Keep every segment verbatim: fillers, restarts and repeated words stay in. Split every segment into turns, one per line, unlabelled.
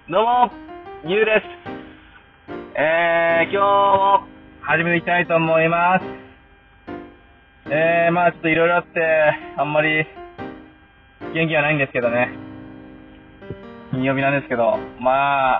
どうも、ゆうです。えー、今日も始めていきたいと思います。えー、まあちょっといろいろあって、あんまり元気はないんですけどね。金曜日なんですけど、まあ、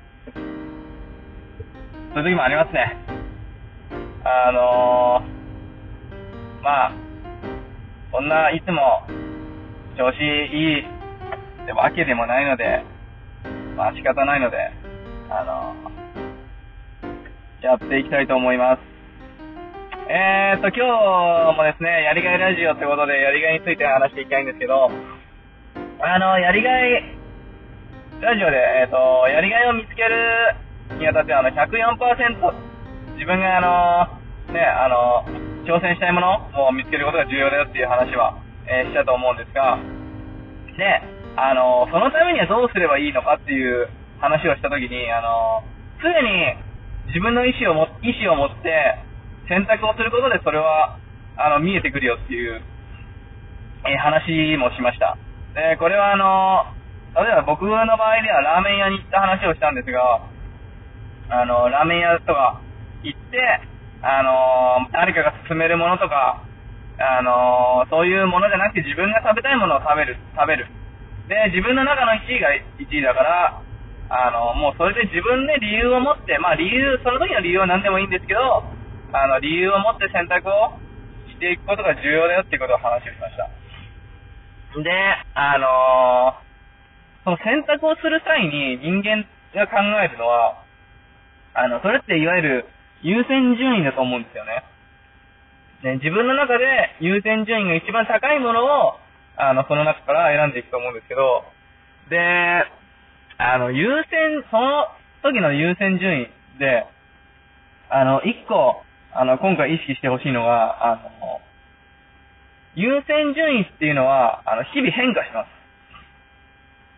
そういう時もありますね。あのー、まあ、そんないつも調子いいってわけでもないので、まあ仕方ないので、あのー、やっていきたいと思います。えーと、今日もですね、やりがいラジオってことで、やりがいについて話していきたいんですけど、あの、やりがい、ラジオで、えーと、やりがいを見つけるにあたって、あの、ひゃくよんパーセント、自分があの、ね、あの、挑戦したいものを見つけることが重要だよっていう話は、えー、したと思うんですが、で、あの、そのためにはどうすればいいのかっていう話をしたときに、あの、常に自分の意思をも、意思を持って、選択をすることでそれはあの見えてくるよっていう、えー、話もしました。で、これはあの例えば僕の場合ではラーメン屋に行った話をしたんですが、あのラーメン屋とか行ってあの誰かが勧めるものとかあのそういうものじゃなくて自分が食べたいものを食べる食べるで自分の中のいちいがいちいだからあのもうそれで自分で理由を持ってまあ理由その時の理由は何でもいいんですけどあの、理由を持って選択をしていくことが重要だよっていうことを話をしました。で、あのー、その選択をする際に人間が考えるのは、あの、それっていわゆる優先順位だと思うんですよね。で、自分の中で優先順位が一番高いものを、あの、その中から選んでいくと思うんですけど、で、あの、優先、その時の優先順位で、あの、一個、あの、今回意識してほしいのが、あの、優先順位っていうのは、あの、日々変化します。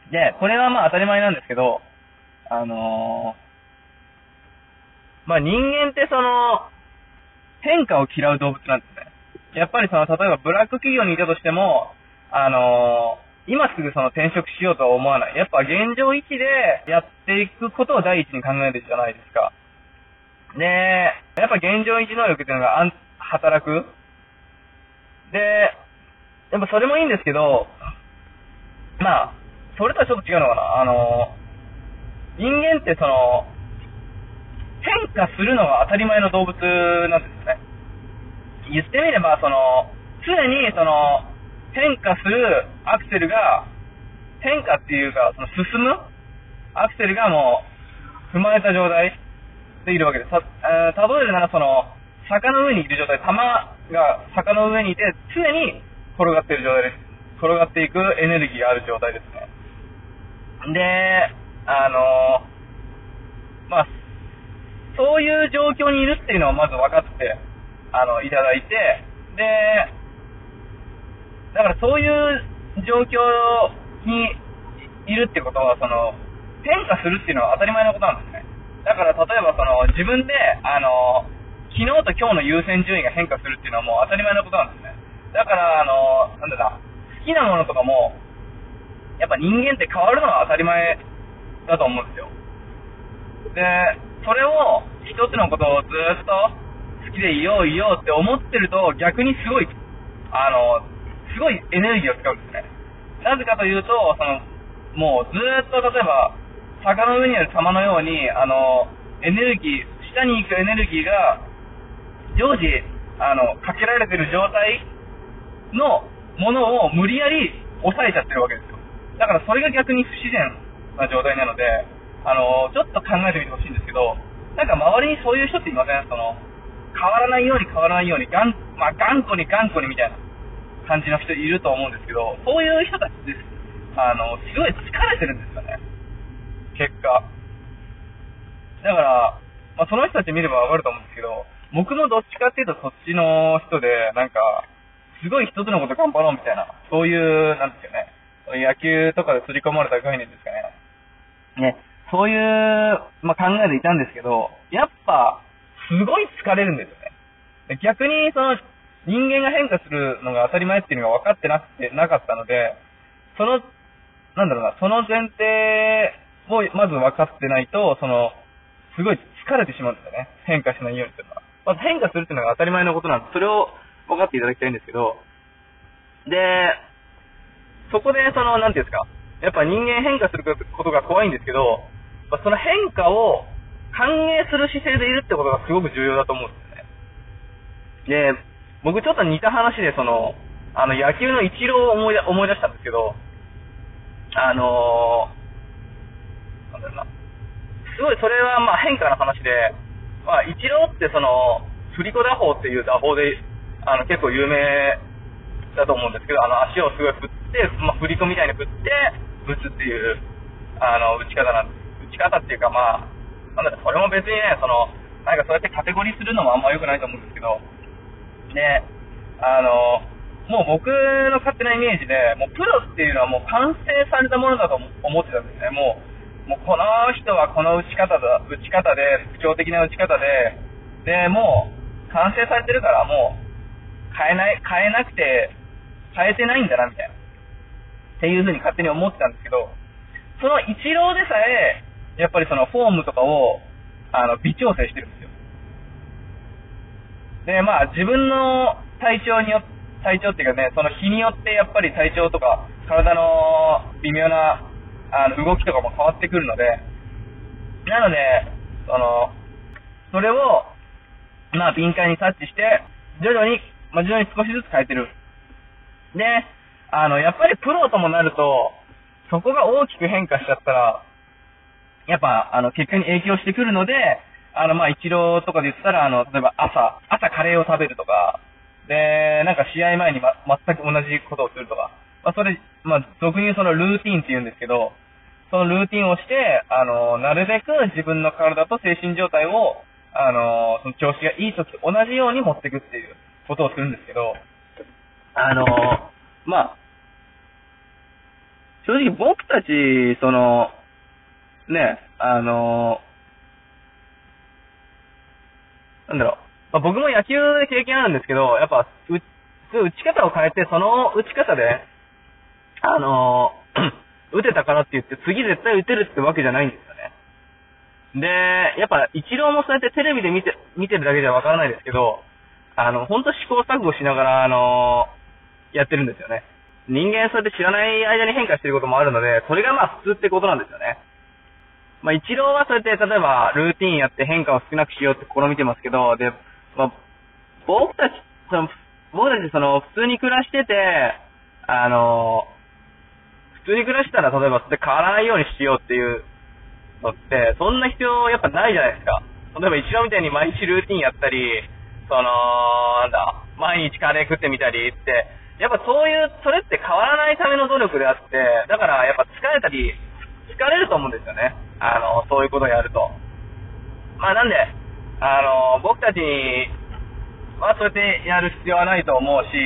で、これはまあ当たり前なんですけど、あのー、まあ人間ってその、変化を嫌う動物なんですね。やっぱりその、例えばブラック企業にいたとしても、あのー、今すぐその転職しようとは思わない。やっぱ現状維持でやっていくことを第一に考えるじゃないですか。で、やっぱ現状維持能力っていうのがあん働く。で、やっぱそれもいいんですけど、まあ、それとはちょっと違うのかな。あの、人間ってその、変化するのが当たり前の動物なんですよね。言ってみれば、その、常にその、変化するアクセルが、変化っていうか、その進むアクセルがもう、踏まれた状態でいるわけです。た、えー、例えるならその、坂の上にいる状態、玉が坂の上にいて、常に転がっている状態です。転がっていくエネルギーがある状態ですね。で、あのー、まあ、そういう状況にいるっていうのをまず分かって、あの、いただいて、で、だからそういう状況にいるってことは、その、変化するっていうのは当たり前のことなんですね。だから例えばその、自分で、あの、昨日と今日の優先順位が変化するっていうのはもう当たり前のことなんですね。だから、あの、なんだか、好きなものとかも、やっぱ人間って変わるのは当たり前だと思うんですよ。で、それを一つのことをずっと好きでいよういようって思ってると逆にすごい、あの、すごいエネルギーを使うんですね。なぜかというと、その、もうずっと例えば、坂の上にある玉のように、あの、エネルギー、下に行くエネルギーが常時、あの、かけられてる状態のものを無理やり抑えちゃってるわけですよ。だからそれが逆に不自然な状態なので、あの、ちょっと考えてみてほしいんですけど、なんか周りにそういう人っていません？その、変わらないように変わらないように、がん、まあ、頑固に頑固にみたいな感じの人いると思うんですけど、そういう人たちです。あの、すごい疲れてるんですよね。結果。だから、まあ、その人たち見ればわかると思うんですけど、僕もどっちかっていうとそっちの人で、なんか、すごい一つのこと頑張ろうみたいな、そういう、なんですよね。野球とかで刷り込まれた概念ですかね。ね、そういう、まあ、考えでいたんですけど、やっぱ、すごい疲れるんですよね。逆に、その、人間が変化するのが当たり前っていうのが分かってなくて、なかったので、その、なんだろうな、その前提をまず分かってないと、その、すごい疲れてしまうんですよね。変化しないようにするのは。まず変化するっていうのが当たり前のことなんで、それを分かっていただきたいんですけど、で、そこでその、なんていうんですか、やっぱ人間変化することが怖いんですけど、その変化を歓迎する姿勢でいるってことがすごく重要だと思うんですよね。で、僕ちょっと似た話で、その、あの、野球のイチローを思い出、思い出したんですけど、あのー、なんだろうな。すごいそれはまあ変化の話で、まあイチローってその、振り子打法っていう打法で、あの結構有名だと思うんですけど、あの足をすごい振って、まあ振り子みたいに振って、打つっていう、あの、打ち方なんです。打ち方っていうかまあ、なんだろう、それも別にね、その、なんかそうやってカテゴリーするのもあんま良くないと思うんですけど、で、あの、もう僕の勝手なイメージで、もうプロっていうのはもう完成されたものだと思ってたんですね。もう、もうこの人はこの打ち方だ、打ち方で、特徴的な打ち方で、で、もう完成されてるからもう変えない、変えなくて、変えてないんだなみたいな。っていう風に勝手に思ってたんですけど、そのイチローでさえ、やっぱりそのフォームとかを、あの、微調整してるんですよ。で、まあ自分の体調によって、体調っていうかね、その日によってやっぱり体調とか、体の微妙な、あの、動きとかも変わってくるので、なので、その、それを、まあ敏感に察知して、徐々に、まあ徐々に少しずつ変えてる。で、あの、やっぱりプロともなると、そこが大きく変化しちゃったら、やっぱ、あの、結果に影響してくるので、あの、まあ、イチローとかで言ったら、あの、例えば朝、朝カレーを食べるとか、で、なんか試合前に、ま、全く同じことをするとか、まあ、それ、まあ、俗に言うそのルーティンって言うんですけど、そのルーティンをして、あの、なるべく自分の体と精神状態を、あの、その調子がいい時と同じように持っていくっていうことをするんですけど、あの、まあ、正直僕たち、その、ね、あの、なんだろう、まあ、僕も野球で経験あるんですけど、やっぱ、う、打ち方を変えて、その打ち方で、あの、打てたからって言って、次絶対打てるってわけじゃないんですよね。で、やっぱ、イチローもそうやってテレビで見て、見てるだけじゃわからないですけど、あの、ほんと試行錯誤しながら、あの、やってるんですよね。人間そうやって知らない間に変化してることもあるので、それがまあ普通ってことなんですよね。まあ、イチローはそうやって、例えば、ルーティンやって変化を少なくしようって試みてますけど、で、まあ、僕たち、その、僕たちその、普通に暮らしてて、あの、普通に暮らしたら、例えば、それで変わらないようにしようっていうのって、そんな必要やっぱないじゃないですか。例えば、イチローみたいに毎日ルーティンやったり、その、なんだ、毎日カレー食ってみたりって、やっぱそういう、それって変わらないための努力であって、だからやっぱ疲れたり、疲れると思うんですよね。あの、そういうことをやると。まあなんで、あの、僕たちにはそうやってやる必要はないと思うし、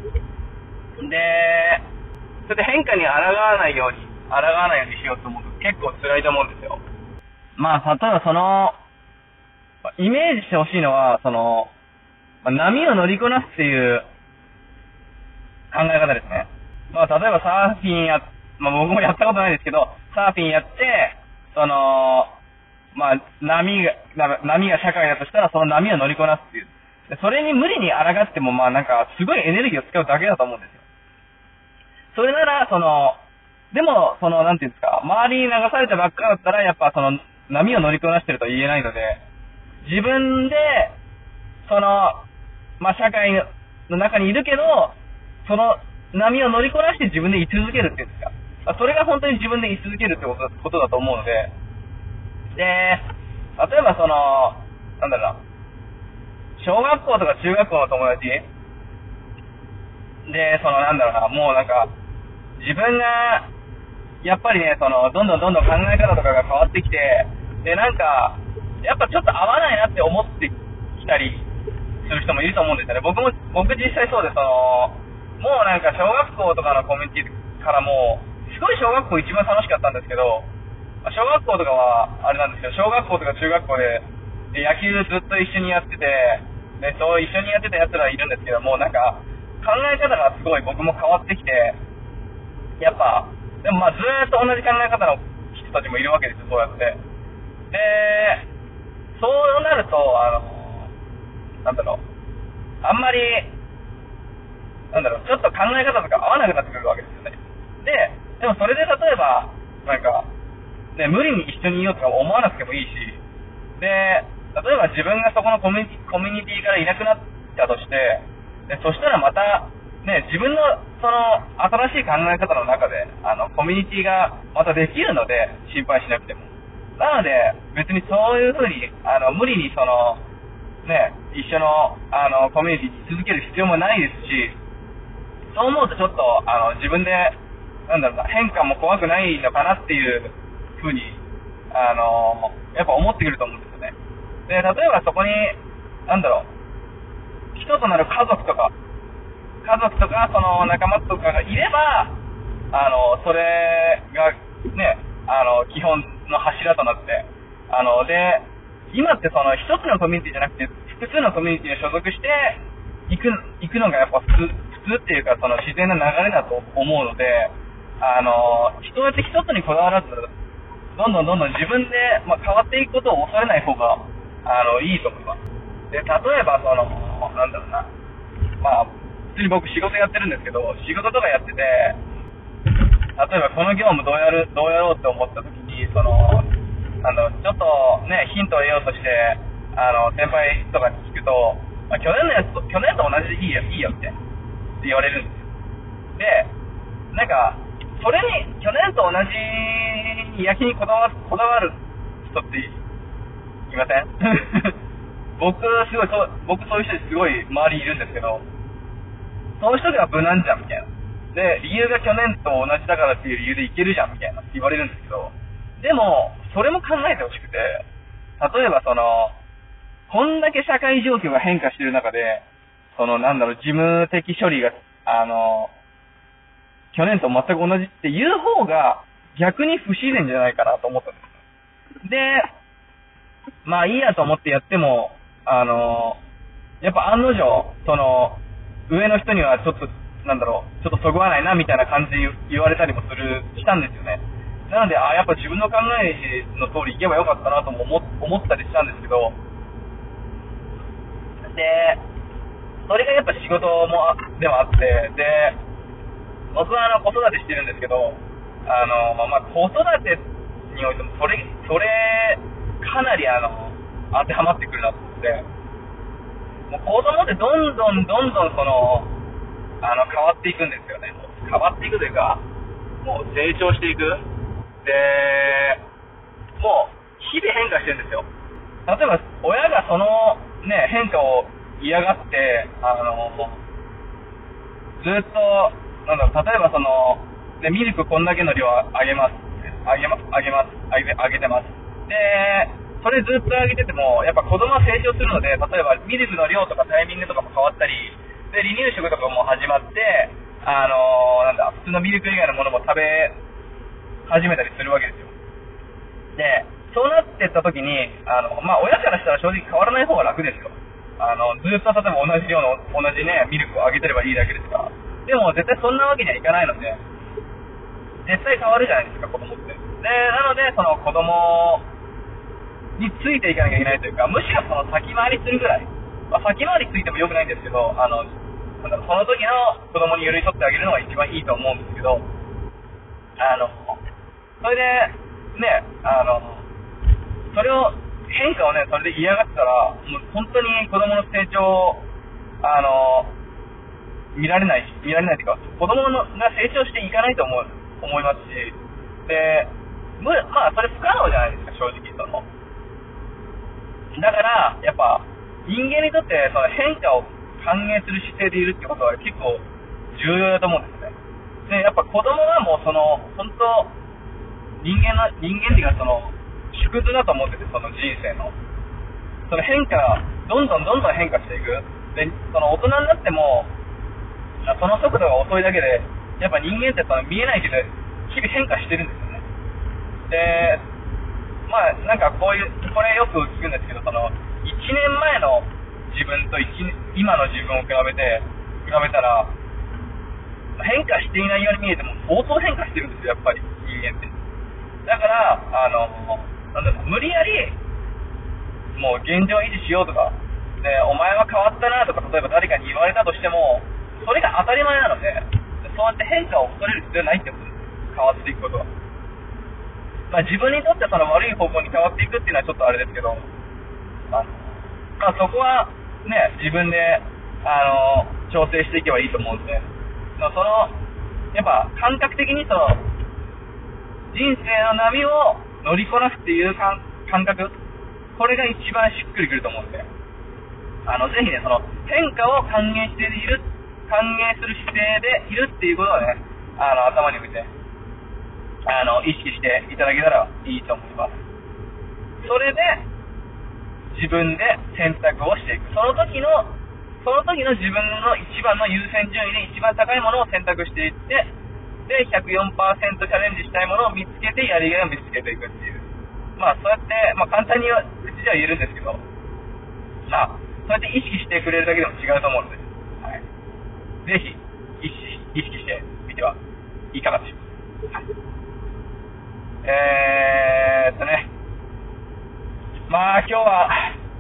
で、そうやって変化に抗わないように、抗わないようにしようと思うと結構辛いと思うんですよ。まあ、例えばその、イメージしてほしいのは、その、波を乗りこなすっていう考え方ですね。まあ、例えばサーフィンや、まあ僕もやったことないですけど、サーフィンやって、その、まあ、波が、波が社会だとしたら、その波を乗りこなすっていう。でそれに無理に抗っても、まあなんか、すごいエネルギーを使うだけだと思うんですよ。それなら、その、でも、その、なんていうんですか、周りに流されたばっかだったら、やっぱその、波を乗りこなしてると言えないので、自分で、その、まあ社会の中にいるけど、その波を乗りこなして自分で居続けるっていうんですか。それが本当に自分で居続けるってことだと思うので、で、例えばその、なんだろうな、小学校とか中学校の友達で、そのなんだろうな、もうなんか、自分が、やっぱりね、その、どんどんどんどん考え方とかが変わってきて、で、なんか、やっぱちょっと合わないなって思ってきたりする人もいると思うんですよね。僕も、僕実際そうで、その、もうなんか小学校とかのコミュニティからも、すごい小学校一番楽しかったんですけど、小学校とかは、あれなんですけど、小学校とか中学校で、で野球ずっと一緒にやってて、で、そう一緒にやってた奴らいるんですけども、なんか、考え方がすごい僕も変わってきて、やっぱ、でもまあずーっと同じ考え方の人たちもいるわけですよ、そうやって。で、そうなると、あの、なんだろう、あんまり、なんだろう、ちょっと考え方とか合わなくなってくるわけですよね。で、でもそれで例えば、なんか、ね、無理に一緒にいようとか思わなくてもいいし、で、例えば自分がそこのコミュニティ、コミュニティからいなくなったとして、で、そしたらまた、ね、自分のその新しい考え方の中で、あの、コミュニティがまたできるので、心配しなくても。なので、別にそういうふうに、あの、無理にその、ね、一緒の、あの、コミュニティに続ける必要もないですし、そう思うとちょっと、あの、自分で、なんだろうな、変化も怖くないのかなっていうふうに、あの、やっぱ思ってくると思うんですよね。で、例えばそこに、なんだろう、人となる家族とか、家族とか、その仲間とかがいれば、あの、それが、ね、あの、基本の柱となって、あの、で、今ってその一つのコミュニティじゃなくて、複数のコミュニティに所属して、行く、行くのがやっぱ普通、普通っていうか、その自然な流れだと思うので、あの、人やって一つにこだわらず、どんどんどんどん自分で、まあ、変わっていくことを恐れない方が、あの、いいと思います。で、例えばその、なんだろうな、まあ、普通に僕仕事やってるんですけど、仕事とかやってて、例えばこの業務どうやる、どうやろうって思った時に、その、あの、ちょっとね、ヒントを得ようとして、あの、先輩とかに聞くと、まあ、去年のやつと、去年と同じでいいよ、いいよって、って言われるんですよ。で、なんか、それに、去年と同じ焼きにこだわ、こだわる人っていません僕、すごい、そう、僕そういう人すごい周りにいるんですけど、そういう人が無難じゃん、みたいな。で、理由が去年と同じだからっていう理由でいけるじゃん、みたいなって言われるんですけど、でも、それも考えてほしくて、例えばその、こんだけ社会状況が変化してる中で、そのなんだろう、事務的処理が、あの、去年と全く同じっていう方が逆に不自然じゃないかなと思ったんです。で、まあいいやと思ってやっても、あの、やっぱ案の定、その、上の人にはちょっと、なんだろう、ちょっとそぐわないなみたいな感じで言われたりもする、したんですよね。なので、あ、やっぱ自分の考えの通りいけばよかったなとも思思ったりしたんですけど、で、それがやっぱ仕事もでもあって、で、僕はあの子育てしてるんですけど、あの、まあ、子育てにおいてもそれ、それ、かなりあの、当てはまってくるなと思って、もう子供ってどんどんどんどんその、あの、変わっていくんですよね。変わっていくというか、もう成長していく。で、もう、日々変化してるんですよ。例えば、親がその、ね、変化を嫌がって、あの、ずっと、なんだろう、例えばその、で、ミルクこんだけの量あげます。あげま、あげます。あげ、あげてます。で、それずっとあげてても、やっぱ子供は成長するので、例えばミルクの量とかタイミングとかも変わったり、で、離乳食とかも始まって、あのー、なんだ、普通のミルク以外のものも食べ始めたりするわけですよ。で、そうなってった時に、あの、まあ、親からしたら正直変わらない方が楽ですよ。あの、ずっと例えば同じ量の、同じね、ミルクをあげてればいいだけですから。でも絶対そんなわけにはいかないので、絶対変わるじゃないですか、子供って。で、なので、その子供についていかなきゃいけないというか、むしろその先回りするぐらい、まあ、先回りついても良くないんですけど、あの、なんだろう、その時の子供に寄り添ってあげるのが一番いいと思うんですけど、あの、それで、ね、あの、それを、変化をね、それで嫌がってたら、もう本当に子供の成長を、あの、見られないし、見られないというか、子供のが成長していかないと思う、思いますし、で、まあ、それ不可能じゃないですか、正直、その。だから、やっぱ、人間にとって、その変化を歓迎する姿勢でいるってことは結構重要だと思うんですね。で、やっぱ子供はもうその、本当人間の、人間っていうかその、縮図だと思ってて、その人生の。その変化が、どんどんどんどん変化していく。で、その大人になっても、その速度が遅いだけで、やっぱ人間ってその見えないけど、日々変化してるんですよね。で、まあ、なんかこういう、これよく聞くんですけど、その、いちねんまえの自分と今の自分を比べて、比べたら、変化していないように見えても相当変化してるんですよ、やっぱり人間って。 だから、あの、なんだろう、無理やり、もう現状維持しようとか、で、お前は変わったなとか、例えば誰かに言われたとしても、それが当たり前なので、そうやって変化を恐れる必要ないってことです。変わっていくことは。まあ自分にとってその悪い方向に変わっていくっていうのはちょっとあれですけど、あのまあそこはね、自分で、あの、調整していけばいいと思うんで、その、やっぱ感覚的にその、人生の波を乗りこなすっていう感覚、これが一番しっくりくると思うんで、あの、ぜひね、その、変化を歓迎している、歓迎する姿勢でいるっていうことをね、あの、頭に置いて、あの、意識していただけたらいいと思います。それで、自分で選択をしていく。その時の、その時の自分の一番の優先順位で一番高いものを選択していって、で、ひゃくよんパーセント チャレンジしたいものを見つけて、やりがいを見つけていくっていう。まあ、そうやって、まあ、簡単には、うちでは言えるんですけど、まあ、そうやって意識してくれるだけでも違うと思うので、はい。ぜひ、意識、意識してみてはいかがでしょうか。はい。えーっとね、まあ、今日は、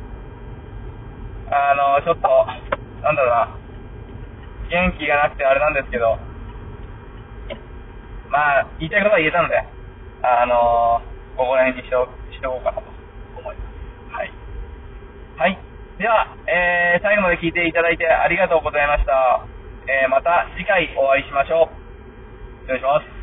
あの、ちょっと、なんだろうな、元気がなくてあれなんですけど、まあ、言いたいことは言えたので、あのー、ここら辺にしと、しとこうかなと思います。はい。はい。では、えー、最後まで聞いていただいてありがとうございました。えー、また次回お会いしましょう。失礼します。